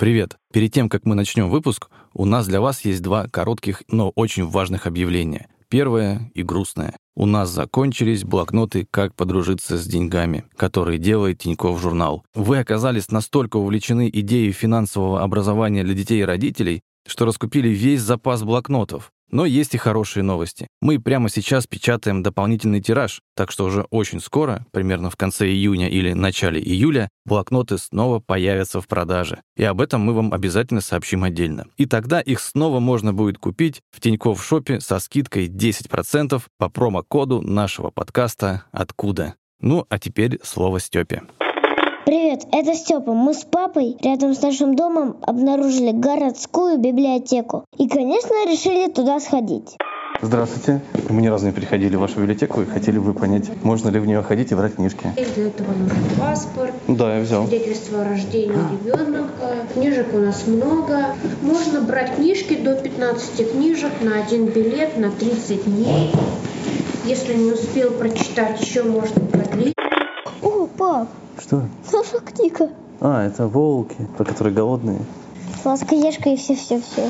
Привет! Перед тем, как мы начнем выпуск, у нас для вас есть два коротких, но очень важных объявления. Первое и грустное. У нас закончились блокноты «Как подружиться с деньгами», которые делает Тинькофф Журнал. Вы оказались настолько увлечены идеей финансового образования для детей и родителей, что раскупили весь запас блокнотов. Но есть и хорошие новости. Мы прямо сейчас печатаем дополнительный тираж, так что уже очень скоро, примерно в конце июня или начале июля, блокноты снова появятся в продаже. И об этом мы вам обязательно сообщим отдельно. И тогда их снова можно будет купить в Тинькофф Шопе со скидкой 10% по промокоду нашего подкаста «Откуда?». Ну, а теперь слово Стёпе. Привет, это Степа. Мы с папой рядом с нашим домом обнаружили городскую библиотеку. И, конечно, решили туда сходить. Здравствуйте. Мы ни разу не приходили в вашу библиотеку и хотели бы понять, можно ли в нее ходить и брать книжки. Для этого нужен паспорт, Да, я взял. свидетельство о рождении ребенка. Книжек у нас много. Можно брать книжки до 15 книжек на один билет на 30 дней. Если не успел прочитать, еще можно продлить. О, пап, Что? наша книга. Это волки, про которые голодные. Ласка-ешка и все-все-все.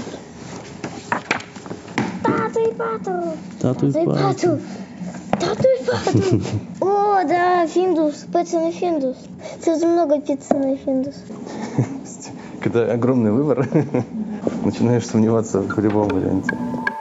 Тату и пату. Тату и пату. Тату и пату. О, да, Финдус, пиццу Финдус. Тут много пиццы на Финдус. Когда огромный выбор, начинаешь сомневаться в любом варианте.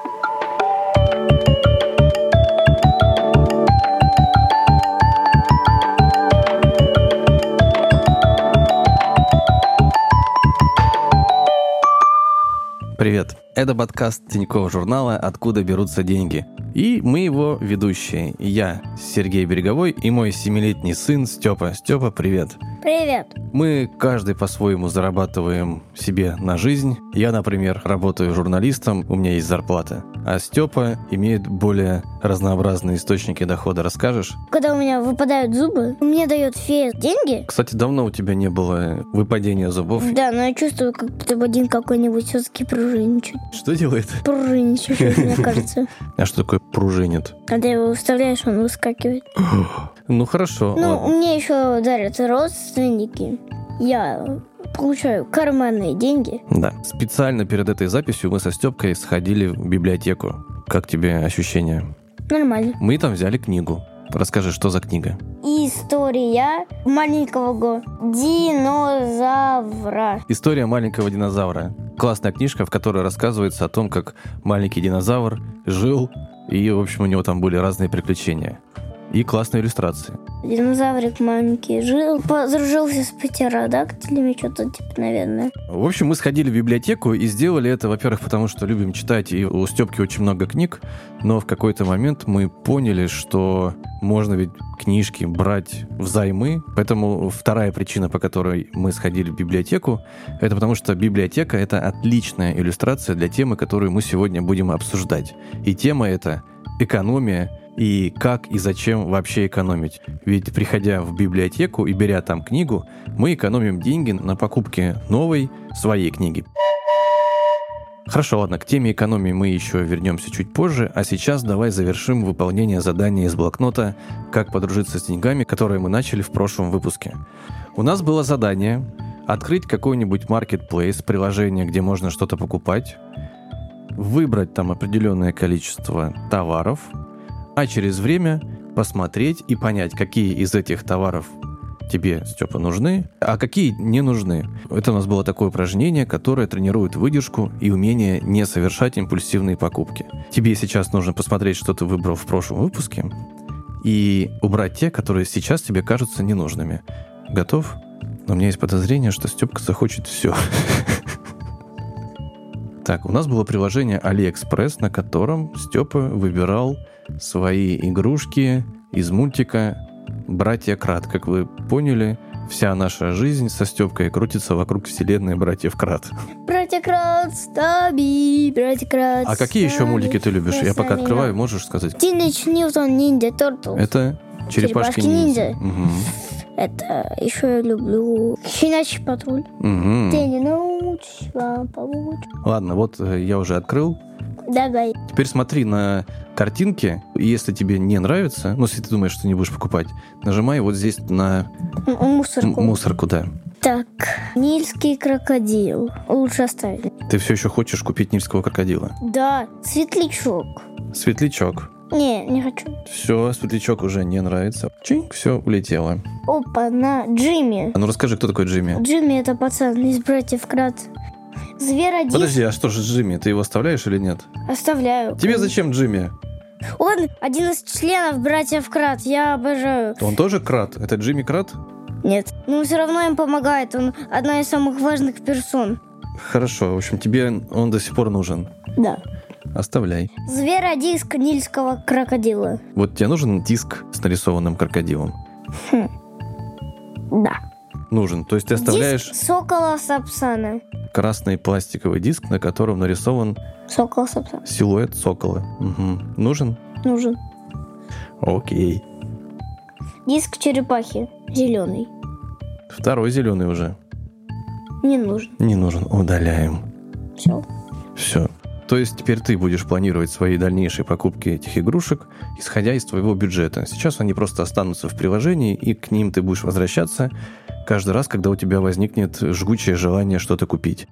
Привет! Это подкаст Тинькофф Журнала «Откуда берутся деньги». И мы его ведущие. Я, Сергей Береговой, и мой 7-летний сын Степа. Степа, привет! Привет. Мы каждый по-своему зарабатываем себе на жизнь. Я, например, работаю журналистом, у меня есть зарплата. А Степа имеет более разнообразные источники дохода. Расскажешь? Когда у меня выпадают зубы, мне дает фея деньги. Кстати, давно у тебя не было выпадения зубов. Да, но я чувствую, как будто бы один какой-нибудь все-таки пружиничает. Что делает? Пружиничает, мне кажется. А что такое пружинит? Когда его вставляешь, он выскакивает. Ну, хорошо. Ну, ладно. мне еще дарят родственники. Я получаю карманные деньги. Да. Специально перед этой записью мы со Степкой сходили в библиотеку. Как тебе ощущения? Нормально. Мы там взяли книгу. Расскажи, что за книга? История маленького динозавра. История маленького динозавра. Классная книжка, в которой рассказывается о том, как маленький динозавр жил, и, в общем, у него там были разные приключения. И классные иллюстрации. Динозаврик маленький жил, подружился с птеродактилями, что-то типа, наверное. В общем, мы сходили в библиотеку и сделали это, во-первых, потому что любим читать, и у Степки очень много книг, но в какой-то момент мы поняли, что можно ведь книжки брать взаймы, поэтому вторая причина, по которой мы сходили в библиотеку, это потому что библиотека — это отличная иллюстрация для темы, которую мы сегодня будем обсуждать. И тема эта — экономия, и как и зачем вообще экономить. Ведь, приходя в библиотеку и беря там книгу, мы экономим деньги на покупке новой, своей книги. Хорошо, ладно, к теме экономии мы еще вернемся чуть позже, а сейчас давай завершим выполнение задания из блокнота «Как подружиться с деньгами», которое мы начали в прошлом выпуске. У нас было задание открыть какой-нибудь marketplace, приложение, где можно что-то покупать, выбрать там определенное количество товаров, а через время посмотреть и понять, какие из этих товаров тебе, Степа, нужны, а какие не нужны. Это у нас было такое упражнение, которое тренирует выдержку и умение не совершать импульсивные покупки. Тебе сейчас нужно посмотреть, что ты выбрал в прошлом выпуске, и убрать те, которые сейчас тебе кажутся ненужными. Готов? Но у меня есть подозрение, что Степка захочет все. Так, у нас было приложение AliExpress, на котором Степа выбирал свои игрушки из мультика «Братья Кратт». Как вы поняли, вся наша жизнь со Степкой крутится вокруг вселенной братьев Кратт. Братья Кратт, Стаби, братья Кратт. А какие еще мультики ты любишь? Я пока открываю, можешь сказать? Teenage Mutant Ninja Turtles. Это черепашки-ниндзя. Это еще я люблю Щенячий патруль. Ты не научишь, вам помочь. Ладно, вот я уже открыл. Давай. Теперь смотри на картинки, и если тебе не нравится, ну, если ты думаешь, что не будешь покупать, нажимай вот здесь на Мусорку. мусорку, да. Так, нильский крокодил. Лучше оставить. Ты все еще хочешь купить нильского крокодила? Да, светлячок. Светлячок. Не хочу. Все, светлячок уже не нравится. Чинг, все, улетело. Опа, на Джимми. А ну расскажи, кто такой Джимми? Джимми — это пацан из «Братьев Кратт». Зверодиск. Подожди, а что же Джимми? Ты его оставляешь или нет? Оставляю. Тебе зачем Джимми? Он один из членов «Братьев Кратт». Я обожаю. Он тоже крат? Это Джимми Крат? Нет. Но все равно им помогает. Он одна из самых важных персон. Хорошо, в общем, тебе он до сих пор нужен. Да. Оставляй. Зверодиск нильского крокодила. Вот тебе нужен диск с нарисованным крокодилом? Да. Нужен. То есть ты оставляешь Диск сокола Сапсана. красный пластиковый диск, на котором нарисован Сокол Сапсан. силуэт сокола. Угу. Нужен? Нужен. Окей. Диск черепахи. Зеленый. Второй зеленый уже. Не нужен. Не нужен. Удаляем. Все. Все. То есть теперь ты будешь планировать свои дальнейшие покупки этих игрушек, исходя из твоего бюджета. Сейчас они просто останутся в приложении, и к ним ты будешь возвращаться каждый раз, когда у тебя возникнет жгучее желание что-то купить.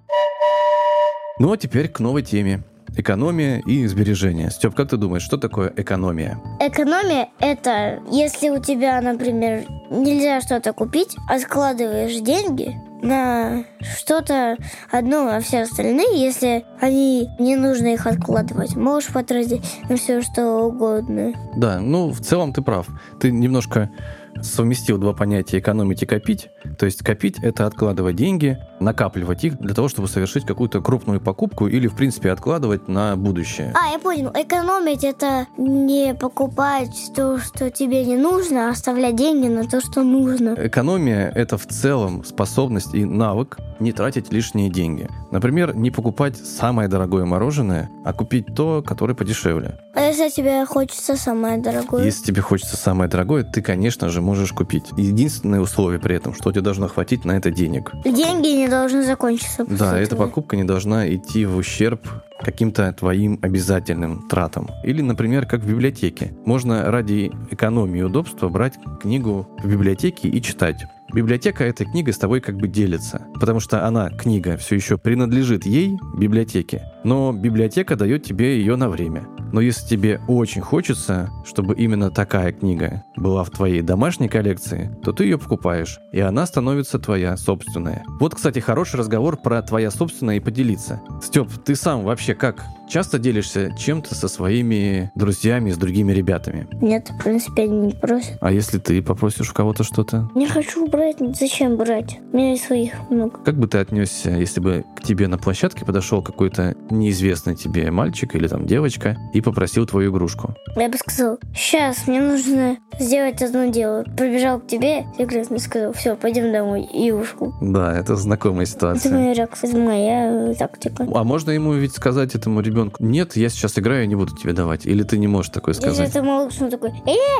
Ну а теперь к новой теме. Экономия и сбережения. Степ, как ты думаешь, что такое экономия? Экономия — это если у тебя, например, нельзя что-то купить, а складываешь деньги на что-то одно, а все остальные, если они не нужно их откладывать, можешь потратить на все что угодно. Да, ну в целом ты прав. Ты немножко совместил два понятия экономить и копить. То есть копить — это откладывать деньги, накапливать их для того, чтобы совершить какую-то крупную покупку или, в принципе, откладывать на будущее. Я понял. Экономить — это не покупать то, что тебе не нужно, а оставлять деньги на то, что нужно. Экономия — это в целом способность и навык не тратить лишние деньги. Например, не покупать самое дорогое мороженое, а купить то, которое подешевле. А если тебе хочется самое дорогое? Если тебе хочется самое дорогое, ты, конечно же, можешь купить. Единственное условие при этом, что тебе должно хватить на это денег. Деньги не должны закончиться. Да, эта покупка не должна идти в ущерб каким-то твоим обязательным тратам. Или, например, как в библиотеке. Можно ради экономии и удобства брать книгу в библиотеке и читать. Библиотека этой книгой с тобой как бы делится, потому что она, книга, все еще принадлежит ей, библиотеке, но библиотека дает тебе ее на время. Но если тебе очень хочется, чтобы именно такая книга была в твоей домашней коллекции, то ты ее покупаешь, и она становится твоя собственная. Вот, кстати, хороший разговор про твоя собственная и поделиться. Степ, ты сам вообще как? Часто делишься чем-то со своими друзьями, с другими ребятами? Нет, в принципе, они не просят. А если ты попросишь у кого-то что-то? Не хочу брать, зачем брать? У меня и своих много. Как бы ты отнесся, если бы к тебе на площадке подошел какой-то неизвестный тебе мальчик или там девочка и попросил твою игрушку? Я бы сказал: сейчас мне нужно сделать одно дело. Пробежал к тебе, секретно сказал: все, пойдем домой, и ушел. Да, это знакомая ситуация. Это моя реакция, это моя тактика. А можно ему ведь сказать этому ребенку: нет, я сейчас играю, я не буду тебе давать? Или ты не можешь такое сказать? Если это малыш, он такой: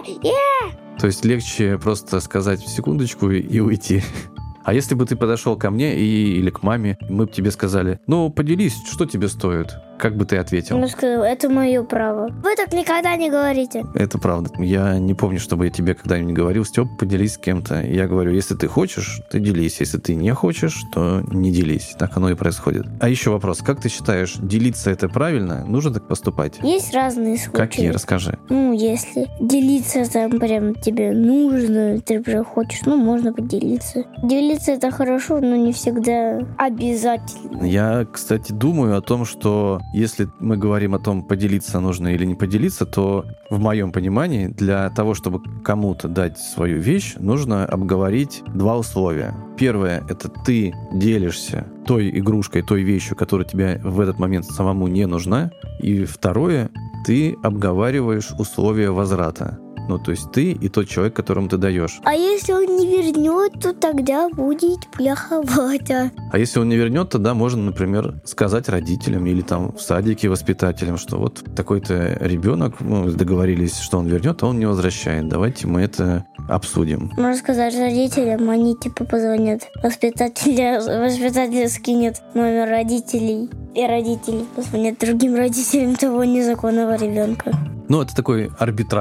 То есть легче просто сказать секундочку и уйти. А если бы ты подошел ко мне или к маме, мы бы тебе сказали: ну, поделись, что тебе стоит? Как бы ты ответил? Он сказал: это мое право. Вы так никогда не говорите. Это правда. Я не помню, чтобы я тебе когда-нибудь говорил: Степ, поделись с кем-то. Я говорю: если ты хочешь, ты делись. Если ты не хочешь, то не делись. Так оно и происходит. А еще вопрос. Как ты считаешь, делиться это правильно? Нужно так поступать? Есть разные случаи. Какие? Расскажи. Ну, если делиться там прям тебе нужно, ты прям хочешь, можно поделиться. Делиться — это хорошо, но не всегда обязательно. Я, кстати, думаю о том, что если мы говорим о том, поделиться нужно или не поделиться, то в моем понимании для того, чтобы кому-то дать свою вещь, нужно обговорить два условия. Первое — это ты делишься той игрушкой, той вещью, которая тебе в этот момент самому не нужна. И второе — ты обговариваешь условия возврата. Ну, то есть ты и тот человек, которому ты даешь. А если он не вернет, то тогда будет плоховато. А если он не вернет, тогда можно, например, сказать родителям или там в садике воспитателям, что вот такой-то ребенок, договорились, что он вернет, а он не возвращает. Давайте мы это обсудим. Можно сказать родителям, они позвонят воспитатель скинет номер родителей, и родители позвонят другим родителям того незаконного ребенка. Ну, это такой арбитраж.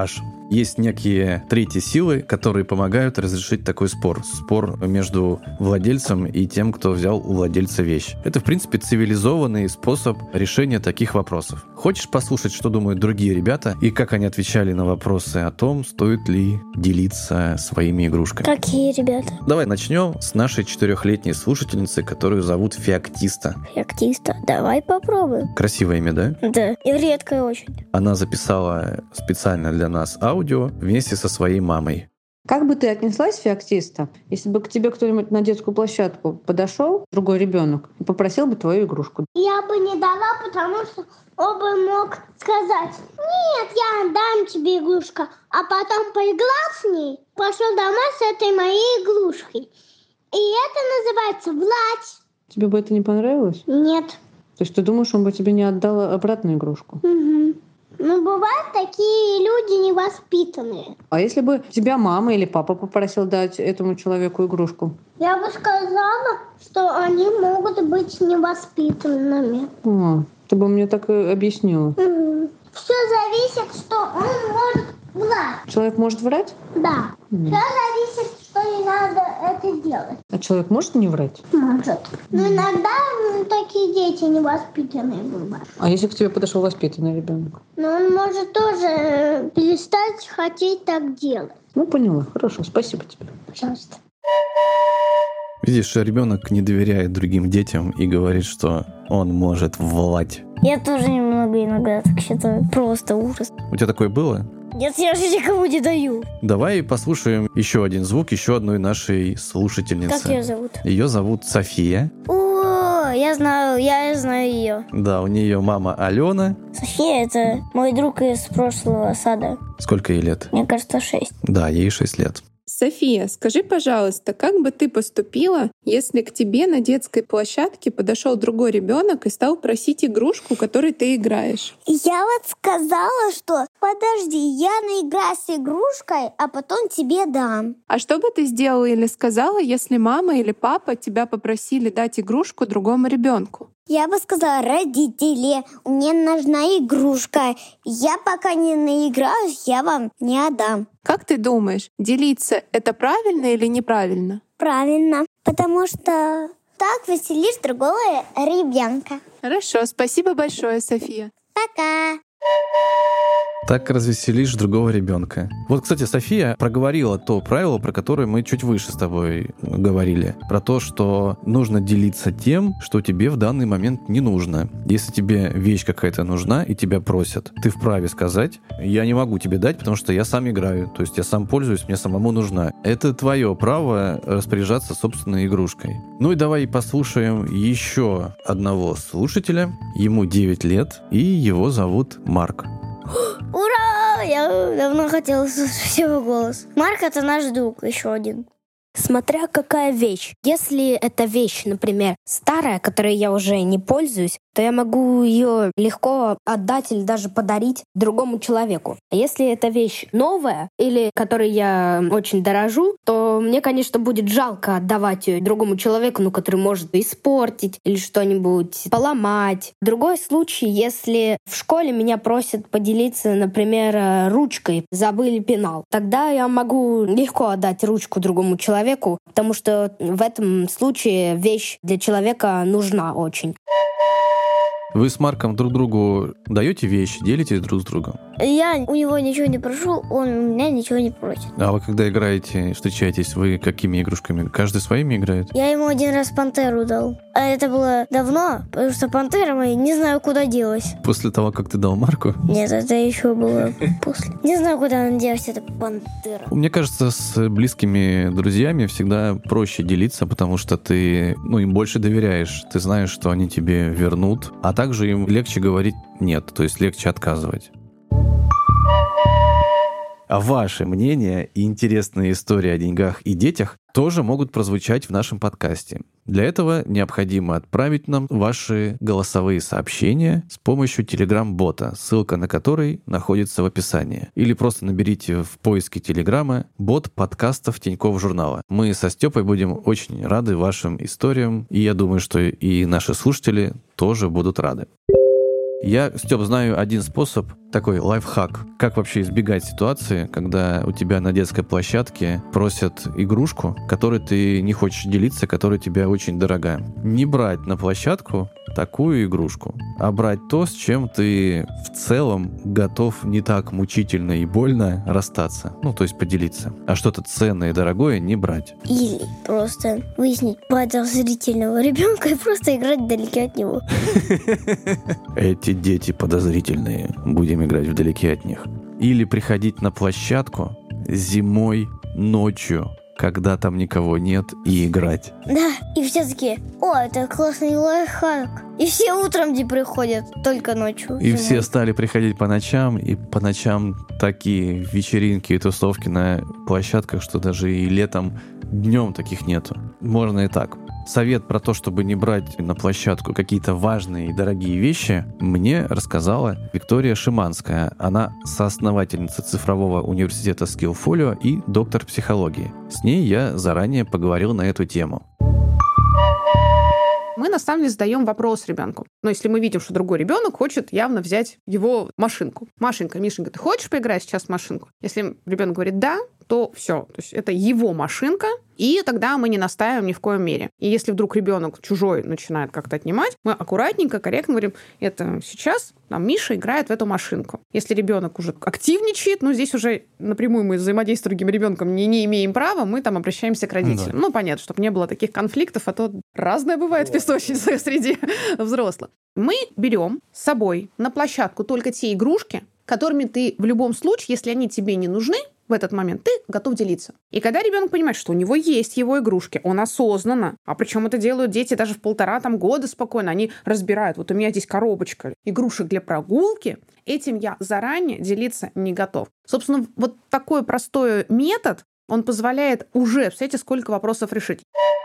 есть некие третьи силы, которые помогают разрешить такой спор. Спор между владельцем и тем, кто взял у владельца вещь. Это, в принципе, цивилизованный способ решения таких вопросов. Хочешь послушать, что думают другие ребята и как они отвечали на вопросы о том, стоит ли делиться своими игрушками? Какие ребята? Давай начнем с нашей 4-летней слушательницы, которую зовут Феоктиста. Феоктиста. Давай попробуем. Красивое имя, да? Да, и редкое очень. Она записала специально для нас аудио вместе со своей мамой. Как бы ты отнеслась, Феоктиста, если бы к тебе кто-нибудь на детскую площадку подошел, другой ребенок, и попросил бы твою игрушку? Я бы не дала, потому что он бы мог сказать: нет, я дам тебе игрушку, а потом поиграл с ней, пошел домой с этой моей игрушкой. И это называется власть. Тебе бы это не понравилось? Нет. То есть ты думаешь, он бы тебе не отдал обратно игрушку? Угу. Но бывают такие люди невоспитанные. А если бы тебя мама или папа попросил дать этому человеку игрушку? Я бы сказала, что они могут быть невоспитанными. Ты бы мне так и объяснила. Все зависит, что он может врать. Человек может врать? Да. Все зависит, что не надо это делать. А человек может не врать? Может. Но иногда такие дети невоспитанные бывают. А если к тебе подошел воспитанный ребенок? Но он может тоже перестать хотеть так делать. Ну, поняла. Хорошо, спасибо тебе. Пожалуйста. Видишь, ребенок не доверяет другим детям и говорит, что он может врать. Я тоже немного иногда так считаю. Просто ужас. У тебя такое было? Нет, я же никому не даю. Давай послушаем еще один звук еще одной нашей слушательницы. Как ее зовут? Ее зовут София. О, я знаю ее. Да, у нее мама Алена. София — это мой друг из прошлого сада. Сколько ей лет? Мне кажется, 6. Да, ей 6 лет. София, скажи, пожалуйста, как бы ты поступила, если к тебе на детской площадке подошел другой ребенок и стал просить игрушку, которой ты играешь? Я вот сказала, что подожди, я наиграюсь с игрушкой, а потом тебе дам. А что бы ты сделала или сказала, если мама или папа тебя попросили дать игрушку другому ребенку? Я бы сказала: родители, мне нужна игрушка. Я пока не наиграюсь, я вам не отдам. Как ты думаешь, делиться — это правильно или неправильно? Правильно, потому что так веселишь другого ребенка. Хорошо, спасибо большое, София. Пока. Так развеселишь другого ребенка. Вот, кстати, София проговорила то правило, про которое мы чуть выше с тобой говорили. Про то, что нужно делиться тем, что тебе в данный момент не нужно. Если тебе вещь какая-то нужна и тебя просят, ты вправе сказать: я не могу тебе дать, потому что я сам играю. То есть я сам пользуюсь, мне самому нужна. Это твое право распоряжаться собственной игрушкой. Ну и давай послушаем еще одного слушателя. Ему 9 лет, и его зовут Марк. Ура! Я давно хотела слушать его голос. Марк — это наш друг, еще один. Смотря какая вещь. Если эта вещь, например, старая, которой я уже не пользуюсь, то я могу ее легко отдать или даже подарить другому человеку. А если эта вещь новая или которой я очень дорожу, то мне, конечно, будет жалко отдавать ее другому человеку, который может испортить или что-нибудь поломать. Другой случай, если в школе меня просят поделиться, например, ручкой, забыли пенал, тогда я могу легко отдать ручку другому человеку, потому что в этом случае вещь для человека нужна очень. Вы с Марком друг другу даете вещи, делитесь друг с другом? Я у него ничего не прошу, он у меня ничего не просит. А вы когда играете, встречаетесь, вы какими игрушками? Каждый своими играет? Я ему один раз пантеру дал. А это было давно, потому что пантера моя не знаю, куда делась. После того, как ты дал Марку? Нет, это еще было после. Не знаю, куда она делась, эта пантера. Мне кажется, с близкими друзьями всегда проще делиться, потому что ты им больше доверяешь. Ты знаешь, что они тебе вернут, а также им легче говорить «нет», то есть легче отказывать. А ваши мнения и интересные истории о деньгах и детях тоже могут прозвучать в нашем подкасте. Для этого необходимо отправить нам ваши голосовые сообщения с помощью Telegram-бота, ссылка на который находится в описании. Или просто наберите в поиске Телеграма бот подкастов Тинькофф журнала. Мы со Степой будем очень рады вашим историям, и я думаю, что и наши слушатели тоже будут рады. Я, Степ, знаю один способ, такой лайфхак, как вообще избегать ситуации, когда у тебя на детской площадке просят игрушку, которой ты не хочешь делиться, которая тебе очень дорога. Не брать на площадку такую игрушку, а брать то, с чем ты в целом готов не так мучительно и больно расстаться. Ну, то есть поделиться. А что-то ценное и дорогое не брать. Или просто выяснить подозрительного ребенка и просто играть вдалеке от него. Эти дети подозрительные. Будем играть вдалеке от них. Или приходить на площадку зимой, ночью, когда там никого нет, и играть. Да, и все такие: о, это классный лайфхак. И все утром не приходят, только ночью. И все стали приходить по ночам, и по ночам такие вечеринки и тусовки на площадках, что даже и летом днем таких нету. Можно и так. Совет про то, чтобы не брать на площадку какие-то важные и дорогие вещи, мне рассказала Виктория Шиманская. Она соосновательница цифрового университета Skillfolio и доктор психологии. С ней я заранее поговорил на эту тему. Мы на самом деле задаем вопрос ребенку. Но если мы видим, что другой ребенок хочет явно взять его машинку. Машенька, Мишенька, ты хочешь поиграть сейчас в машинку? Если ребенок говорит да, то все. То есть это его машинка, и тогда мы не настаиваем ни в коем мере. И если вдруг ребенок чужой начинает как-то отнимать, мы аккуратненько, корректно говорим: это сейчас там Миша играет в эту машинку. Если ребенок уже активничает, здесь уже напрямую мы взаимодействуем с другим ребенком не имеем права, мы там обращаемся к родителям. Да. Понятно, чтобы не было таких конфликтов, а то разное бывает в песочнице среди взрослых. Мы берем с собой на площадку только те игрушки, которыми ты в любом случае, если они тебе не нужны, в этот момент ты готов делиться. И когда ребенок понимает, что у него есть его игрушки, он осознанно, а причем это делают дети даже в 1,5 года спокойно, они разбирают: вот у меня здесь коробочка игрушек для прогулки, этим я заранее делиться не готов. Собственно, вот такой простой метод, он позволяет уже, представляете, сколько вопросов решить.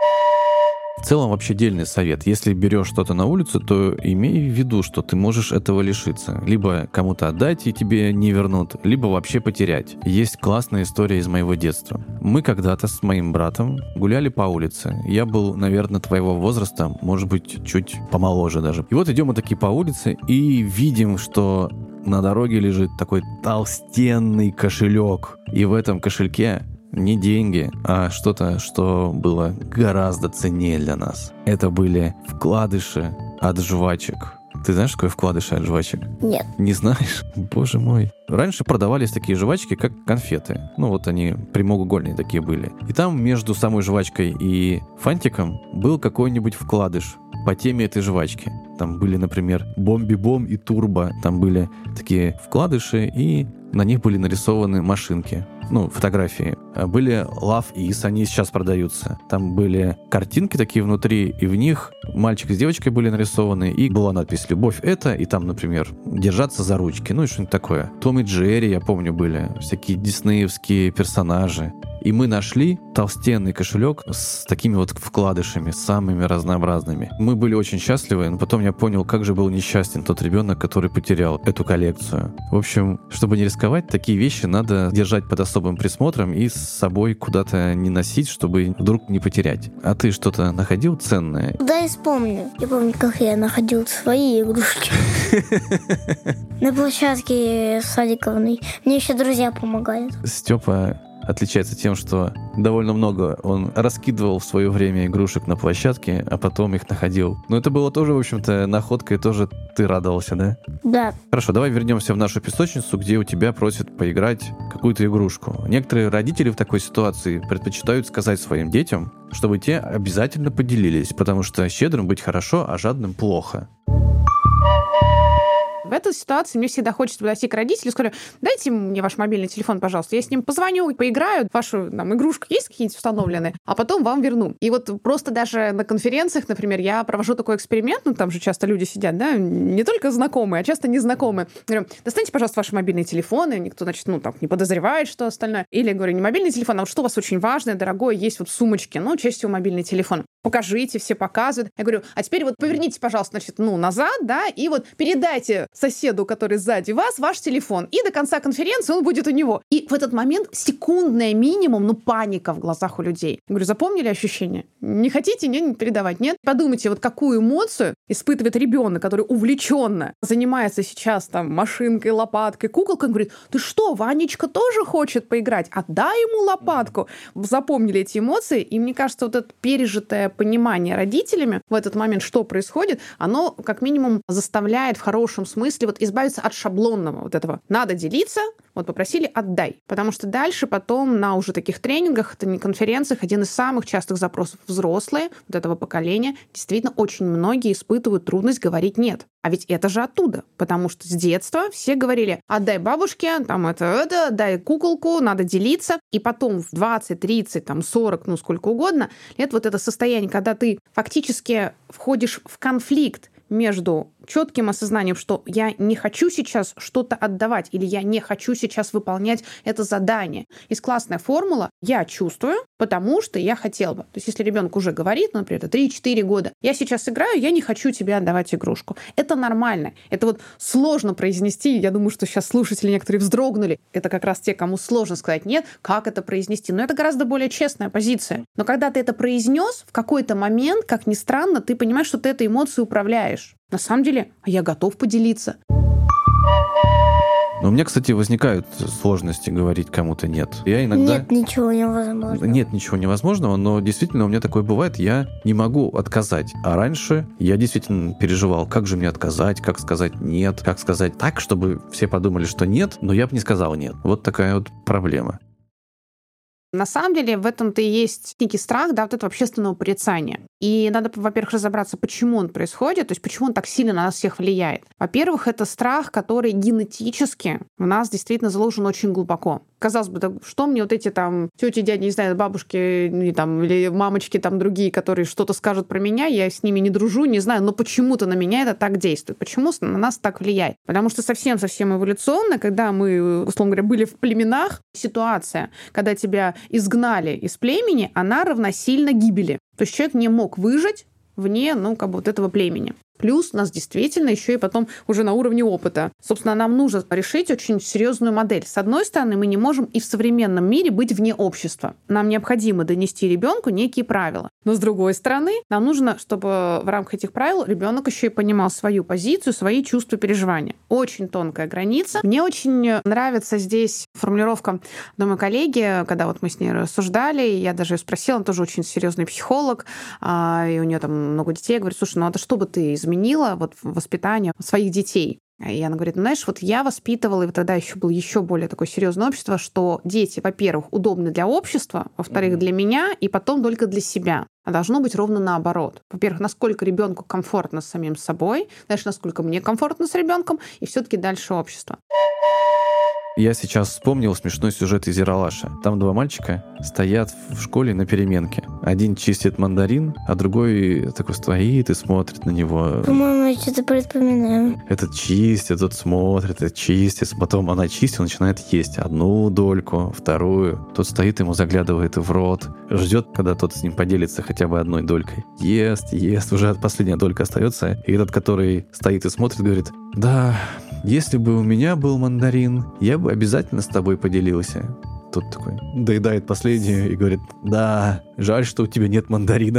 В целом, вообще дельный совет. Если берешь что-то на улицу, то имей в виду, что ты можешь этого лишиться. Либо кому-то отдать, и тебе не вернут, либо вообще потерять. Есть классная история из моего детства. Мы когда-то с моим братом гуляли по улице. Я был, наверное, твоего возраста, может быть, чуть помоложе даже. И вот идем мы такие по улице и видим, что на дороге лежит такой толстенный кошелек. И в этом кошельке не деньги, а что-то, что было гораздо ценнее для нас. Это были вкладыши от жвачек. Ты знаешь, какой вкладыши от жвачек? Нет. Не знаешь? Боже мой. Раньше продавались такие жвачки, как конфеты. Вот они прямоугольные такие были. И там между самой жвачкой и фантиком был какой-нибудь вкладыш по теме этой жвачки. Там были, например, Бомби-бом и Турбо. Там были такие вкладыши, и на них были нарисованы машинки. Фотографии. Были Love Is, они сейчас продаются. Там были картинки такие внутри, и в них мальчик с девочкой были нарисованы, и была надпись «Любовь это», и там, например, «Держаться за ручки», и что-нибудь такое. Том и Джерри, я помню, были. Всякие диснеевские персонажи. И мы нашли толстенный кошелек с такими вот вкладышами, самыми разнообразными. Мы были очень счастливы, но потом я понял, как же был несчастен тот ребенок, который потерял эту коллекцию. В общем, чтобы не рисковать, такие вещи надо держать под особым присмотром и с собой куда-то не носить, чтобы вдруг не потерять. А ты что-то находил ценное? Да, я вспомню. Я помню, как я находил свои игрушки. На площадке садиковой. Мне еще друзья помогают. Степа отличается тем, что довольно много он раскидывал в свое время игрушек на площадке, а потом их находил. Но это было тоже, в общем-то, находкой, тоже ты радовался, да? Да. Хорошо, давай вернемся в нашу песочницу, где у тебя просят поиграть какую-то игрушку. Некоторые родители в такой ситуации предпочитают сказать своим детям, чтобы те обязательно поделились, потому что щедрым быть хорошо, а жадным плохо. В этой ситуации мне всегда хочется подойти к родителю и сказать: дайте мне ваш мобильный телефон, пожалуйста, я с ним позвоню, поиграю, вашу игрушку есть какие-нибудь установленные, а потом вам верну. И вот просто даже на конференциях, например, я провожу такой эксперимент, там же часто люди сидят, да, не только знакомые, а часто незнакомые. Говорю: достаньте, пожалуйста, ваши мобильные телефоны, никто, значит, не подозревает, что остальное. Или, говорю, не мобильный телефон, а вот что у вас очень важное, дорогое, есть в сумочке, чаще всего мобильный телефон. Покажите, все показывают. Я говорю: а теперь вот поверните, пожалуйста, значит, назад, да, и вот передайте соседу, который сзади вас, ваш телефон. И до конца конференции он будет у него. И в этот момент секундная минимум, паника в глазах у людей. Я говорю: запомнили ощущение? Не хотите? Не передавать? Нет? Подумайте, вот какую эмоцию испытывает ребенок, который увлеченно занимается сейчас там машинкой, лопаткой, куколкой, он говорит: ты что, Ванечка тоже хочет поиграть? Отдай ему лопатку. Запомнили эти эмоции, и мне кажется, вот это пережитое понимание родителями в этот момент, что происходит, оно как минимум заставляет в хорошем смысле вот избавиться от шаблонного вот этого. Надо делиться, вот попросили, отдай. Потому что дальше потом на уже таких тренингах, это не конференциях, один из самых частых запросов взрослые вот этого поколения, действительно очень многие испытывают трудность говорить «нет». А ведь это же оттуда, потому что с детства все говорили: отдай бабушке, там это, дай куколку, надо делиться. И потом в 20, 30, там 40, ну сколько угодно, лет вот это состояние, когда ты фактически входишь в конфликт между четким осознанием, что я не хочу сейчас что-то отдавать или я не хочу сейчас выполнять это задание. Есть классная формула: я чувствую, потому что я хотел бы. То есть если ребенок уже говорит, например, 3-4 года, я сейчас играю, я не хочу тебе отдавать игрушку. Это нормально. Это вот сложно произнести. Я думаю, что сейчас слушатели некоторые вздрогнули. Это как раз те, кому сложно сказать нет, как это произнести. Но это гораздо более честная позиция. Но когда ты это произнес, в какой-то момент, как ни странно, ты понимаешь, что ты этой эмоцией управляешь. На самом деле, я готов поделиться. Но у меня, кстати, возникают сложности говорить кому-то «нет». Я иногда... Нет ничего невозможного. Нет ничего невозможного, но действительно у меня такое бывает, я не могу отказать. А раньше я действительно переживал, как же мне отказать, как сказать «нет», как сказать так, чтобы все подумали, что «нет», но я бы не сказал «нет». Вот такая вот проблема. На самом деле в этом-то и есть некий страх, да, вот этого общественного порицания. И надо, во-первых, разобраться, почему он происходит, то есть почему он так сильно на нас всех влияет. Во-первых, это страх, который генетически в нас действительно заложен очень глубоко. Казалось бы, да что мне вот эти там тети, дяди, не знаю, бабушки или мамочки там другие, которые что-то скажут про меня, я с ними не дружу, не знаю, но почему-то на меня это так действует. Почему на нас так влияет? Потому что совсем-совсем эволюционно, когда мы, условно говоря, были в племенах, ситуация, когда тебя изгнали из племени, она равносильна гибели. То есть человек не мог выжить вне, вот этого племени. Плюс нас действительно еще и потом уже на уровне опыта. Собственно, нам нужно решить очень серьезную модель. С одной стороны, мы не можем и в современном мире быть вне общества. Нам необходимо донести ребенку некие правила. Но с другой стороны, нам нужно, чтобы в рамках этих правил ребенок еще и понимал свою позицию, свои чувства, переживания. Очень тонкая граница. Мне очень нравится здесь формулировка одной моей коллеги, когда вот мы с ней рассуждали, я даже ее спросила, она тоже очень серьезный психолог, и у нее там много детей. Я говорю: слушай, это что бы ты изменила вот воспитание своих детей? И она говорит: знаешь, вот я воспитывала, и вот тогда еще было еще более такое серьезное общество, что дети, во-первых, удобны для общества, во-вторых, для меня, и потом только для себя. А должно быть ровно наоборот. Во-первых, насколько ребенку комфортно с самим собой, дальше, насколько мне комфортно с ребенком, и все-таки дальше общество. Я сейчас вспомнил смешной сюжет из Ералаша. Там два мальчика стоят в школе на переменке. Один чистит мандарин, а другой такой стоит и смотрит на него. По-моему, я что-то припоминаю. Этот чистит, тот смотрит, этот чистит. Потом она чистит, начинает есть одну дольку, вторую. Тот стоит, ему заглядывает в рот. Ждет, когда тот с ним поделится хотя бы одной долькой. Ест, уже последняя долька остается. И этот, который стоит и смотрит, говорит: да, если бы у меня был мандарин, я бы обязательно с тобой поделился. Тот такой доедает последнюю и говорит: да, жаль, что у тебя нет мандарина.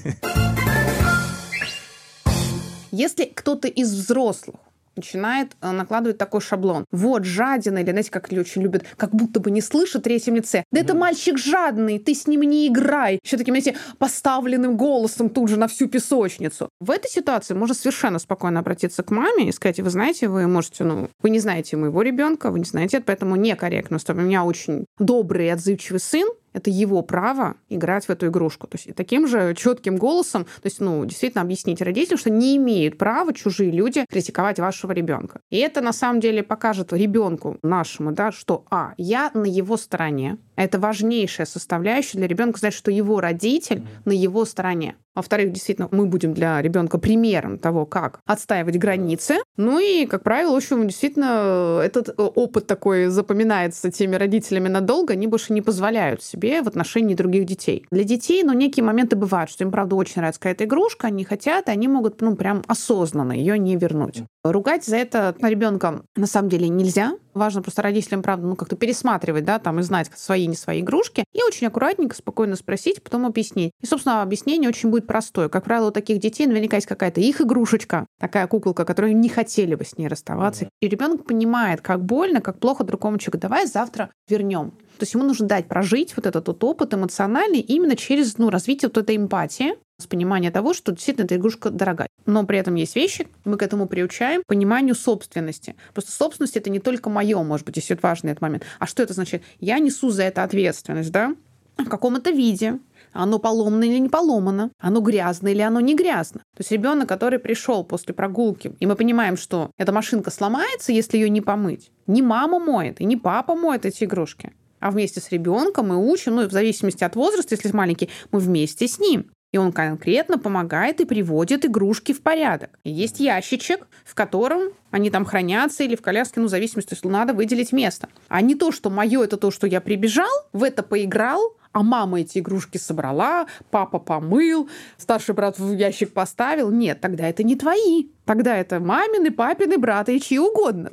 Если кто-то из взрослых начинает накладывать такой шаблон. Вот, жадина, или, знаете, как очень любят, как будто бы не слышат в третьем лице. Да это мальчик жадный, ты с ним не играй. Еще таким, знаете, поставленным голосом тут же на всю песочницу. В этой ситуации можно совершенно спокойно обратиться к маме и сказать: вы знаете, вы можете, вы не знаете моего ребенка, вы не знаете это, поэтому некорректно, что у меня очень добрый и отзывчивый сын, это его право играть в эту игрушку. То есть таким же четким голосом, то есть, действительно объяснить родителям, что не имеют права чужие люди критиковать вашего ребенка. И это на самом деле покажет ребенку нашему, что я на его стороне. Это важнейшая составляющая для ребенка знать, что его родитель на его стороне. Во-вторых, действительно, мы будем для ребенка примером того, как отстаивать границы. И, как правило, в общем, действительно, этот опыт такой запоминается теми родителями надолго, они больше не позволяют себе в отношении других детей. Для детей, некие моменты бывают, что им, правда, очень нравится какая-то игрушка, они хотят, и они могут, прям осознанно ее не вернуть. Ругать за это ребенка на самом деле нельзя. Важно просто родителям, правда, как-то пересматривать, да, там и знать свои, не свои игрушки. И очень аккуратненько, спокойно спросить, потом объяснить. И, собственно, объяснение очень будет простое. Как правило, у таких детей наверняка есть какая-то их игрушечка, такая куколка, которую не хотели бы с ней расставаться. И ребенок понимает, как больно, как плохо другому человеку. Давай завтра вернем. То есть ему нужно дать прожить вот этот вот опыт эмоциональный именно через развитие вот этой эмпатии, с понимания того, что действительно эта игрушка дорогая. Но при этом есть вещи, мы к этому приучаем, пониманию собственности. Просто собственность — это не только мое, может быть, если это важный этот момент. А что это значит? Я несу за это ответственность, да? В каком-то виде. Оно поломано или не поломано, оно грязно или оно не грязно. То есть ребенок, который пришел после прогулки, и мы понимаем, что эта машинка сломается, если ее не помыть. Не мама моет и не папа моет эти игрушки. А вместе с ребенком мы учим, в зависимости от возраста, если маленький, мы вместе с ним. И он конкретно помогает и приводит игрушки в порядок. И есть ящичек, в котором они там хранятся, или в коляске, в зависимости, если надо выделить место. А не то, что мое, это то, что я прибежал, в это поиграл, а мама эти игрушки собрала, папа помыл, старший брат в ящик поставил. Нет, тогда это не твои. Тогда это мамины, папины, брата и чьи угодно.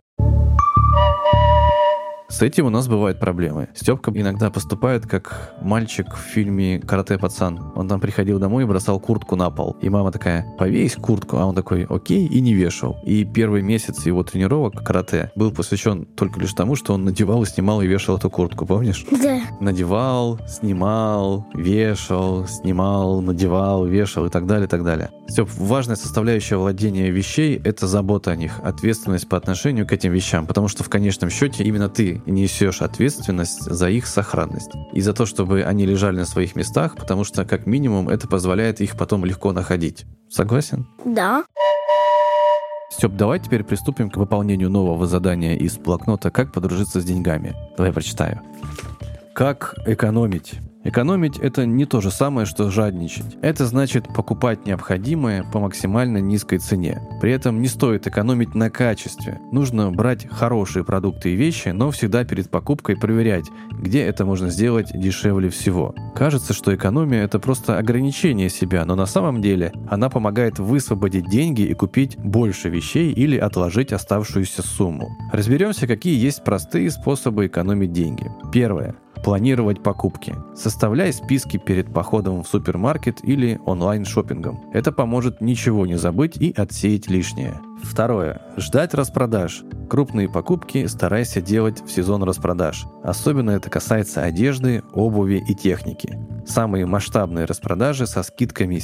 С этим у нас бывают проблемы. Стёпка иногда поступает как мальчик в фильме «Карате пацан». Он там приходил домой и бросал куртку на пол. И мама такая: повесь куртку. А он такой: окей, и не вешал. И первый месяц его тренировок карате был посвящен только лишь тому, что он надевал и снимал и вешал эту куртку, помнишь? Да. Надевал, снимал, вешал, снимал, надевал, вешал и так далее, и так далее. Стёп, важная составляющая владения вещей — это забота о них, ответственность по отношению к этим вещам, потому что в конечном счете именно ты несешь ответственность за их сохранность и за то, чтобы они лежали на своих местах, потому что, как минимум, это позволяет их потом легко находить. Согласен? Да. Стёп, давай теперь приступим к выполнению нового задания из блокнота «Как подружиться с деньгами». Давай прочитаю. Как экономить? Экономить — это не то же самое, что жадничать. Это значит покупать необходимое по максимально низкой цене. При этом не стоит экономить на качестве. Нужно брать хорошие продукты и вещи, но всегда перед покупкой проверять, где это можно сделать дешевле всего. Кажется, что экономия — это просто ограничение себя, но на самом деле она помогает высвободить деньги и купить больше вещей или отложить оставшуюся сумму. Разберемся, какие есть простые способы экономить деньги. Первое. Планировать покупки. Составляй списки перед походом в супермаркет или онлайн-шоппингом. Это поможет ничего не забыть и отсеять лишнее. Второе. Ждать распродаж. Крупные покупки старайся делать в сезон распродаж. Особенно это касается одежды, обуви и техники. Самые масштабные распродажи со скидками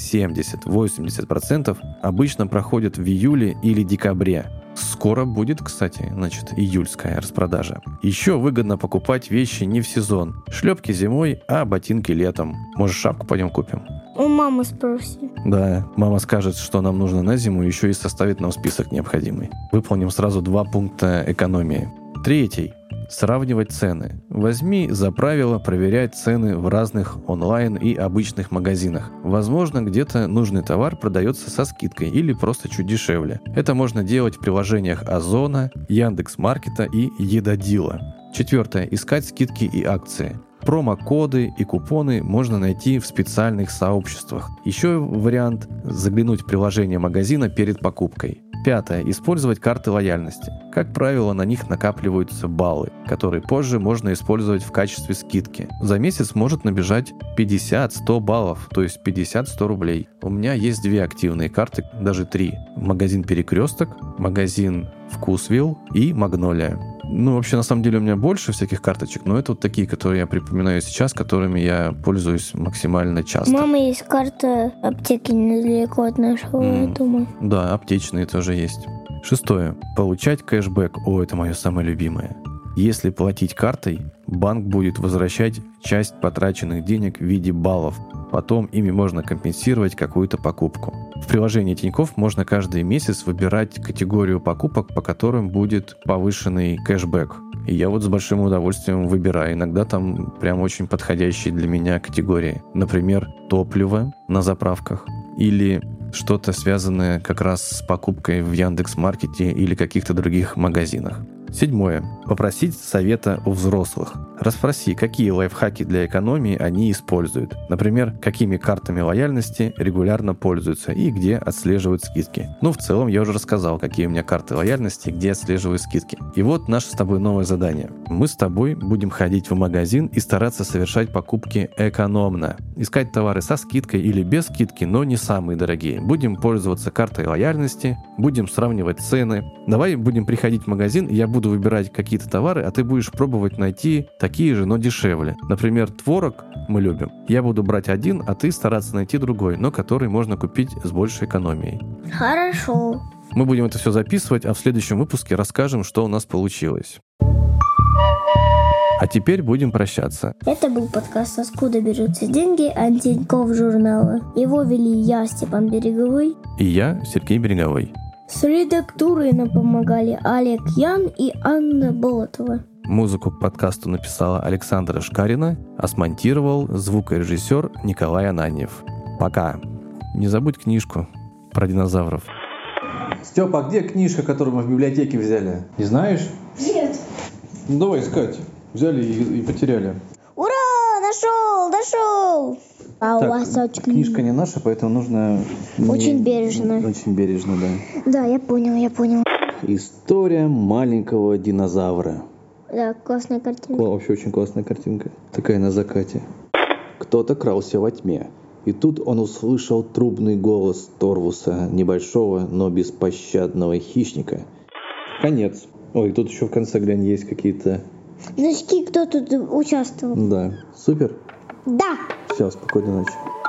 70-80% обычно проходят в июле или декабре. Скоро будет, кстати, июльская распродажа. Еще выгодно покупать вещи не в сезон. Шлепки зимой, а ботинки летом. Может, шапку пойдем купим? У мамы спроси. Да, мама скажет, что нам нужно на зиму, еще и составит нам список необходимый. Выполним сразу 2 пункта экономии. Третий. Сравнивать цены. Возьми за правило проверять цены в разных онлайн и обычных магазинах. Возможно, где-то нужный товар продается со скидкой или просто чуть дешевле. Это можно делать в приложениях Озона, Яндекс.Маркета и Едодила. Четвертое. Искать скидки и акции. Промокоды и купоны можно найти в специальных сообществах. Еще вариант – заглянуть в приложение магазина перед покупкой. Пятое. Использовать карты лояльности. Как правило, на них накапливаются баллы, которые позже можно использовать в качестве скидки. За месяц может набежать 50-100 баллов, то есть 50-100 рублей. У меня есть 2 активные карты, даже 3. Магазин «Перекресток», магазин «Вкусвилл» и «Магнолия». Вообще, на самом деле, у меня больше всяких карточек, но это вот такие, которые я припоминаю сейчас, которыми я пользуюсь максимально часто. У мамы есть карта аптеки недалеко от нашего дома. Да, аптечные тоже есть. Шестое. Получать кэшбэк. О, это мое самое любимое. Если платить картой, банк будет возвращать часть потраченных денег в виде баллов. Потом ими можно компенсировать какую-то покупку. В приложении Тинькофф можно каждый месяц выбирать категорию покупок, по которым будет повышенный кэшбэк. И я с большим удовольствием выбираю. Иногда там прям очень подходящие для меня категории. Например, топливо на заправках или что-то связанное как раз с покупкой в Яндекс.Маркете или каких-то других магазинах. Седьмое. Попросить совета у взрослых. Расспроси, какие лайфхаки для экономии они используют. Например, какими картами лояльности регулярно пользуются и где отслеживают скидки. В целом я уже рассказал, какие у меня карты лояльности, где отслеживаю скидки. И вот наше с тобой новое задание. Мы с тобой будем ходить в магазин и стараться совершать покупки экономно. Искать товары со скидкой или без скидки, но не самые дорогие. Будем пользоваться картой лояльности, будем сравнивать цены. Давай будем приходить в магазин, и я буду выбирать какие-то товары, а ты будешь пробовать найти такие же, но дешевле. Например, творог мы любим. Я буду брать один, а ты стараться найти другой, но который можно купить с большей экономией. Хорошо. Мы будем это все записывать, а в следующем выпуске расскажем, что у нас получилось. А теперь будем прощаться. Это был подкаст «Откуда берутся деньги» от Тинькофф журнала. Его вели я, Степан Береговой. И я, Сергей Береговой. С редактурой нам помогали Олег Ян и Анна Болотова. Музыку к подкасту написала Александра Шкарина, а смонтировал звукорежиссер Николай Ананьев. Пока. Не забудь книжку про динозавров. Степа, а где книжка, которую мы в библиотеке взяли? Не знаешь? Нет. Давай искать. Взяли и потеряли. Ура! Нашел! А Так, у вас очень... книжка не наша, поэтому нужно... Очень бережно. Очень бережно, да. Да, я понял. История маленького динозавра. Да, классная картинка. Вообще очень классная картинка. Такая на закате. Кто-то крался во тьме. И тут он услышал трубный голос Торвуса, небольшого, но беспощадного хищника. Конец. Ой, тут еще в конце, глянь, есть какие-то... Значки, кто тут участвовал? Да. Супер? Да. Все, спокойной ночи.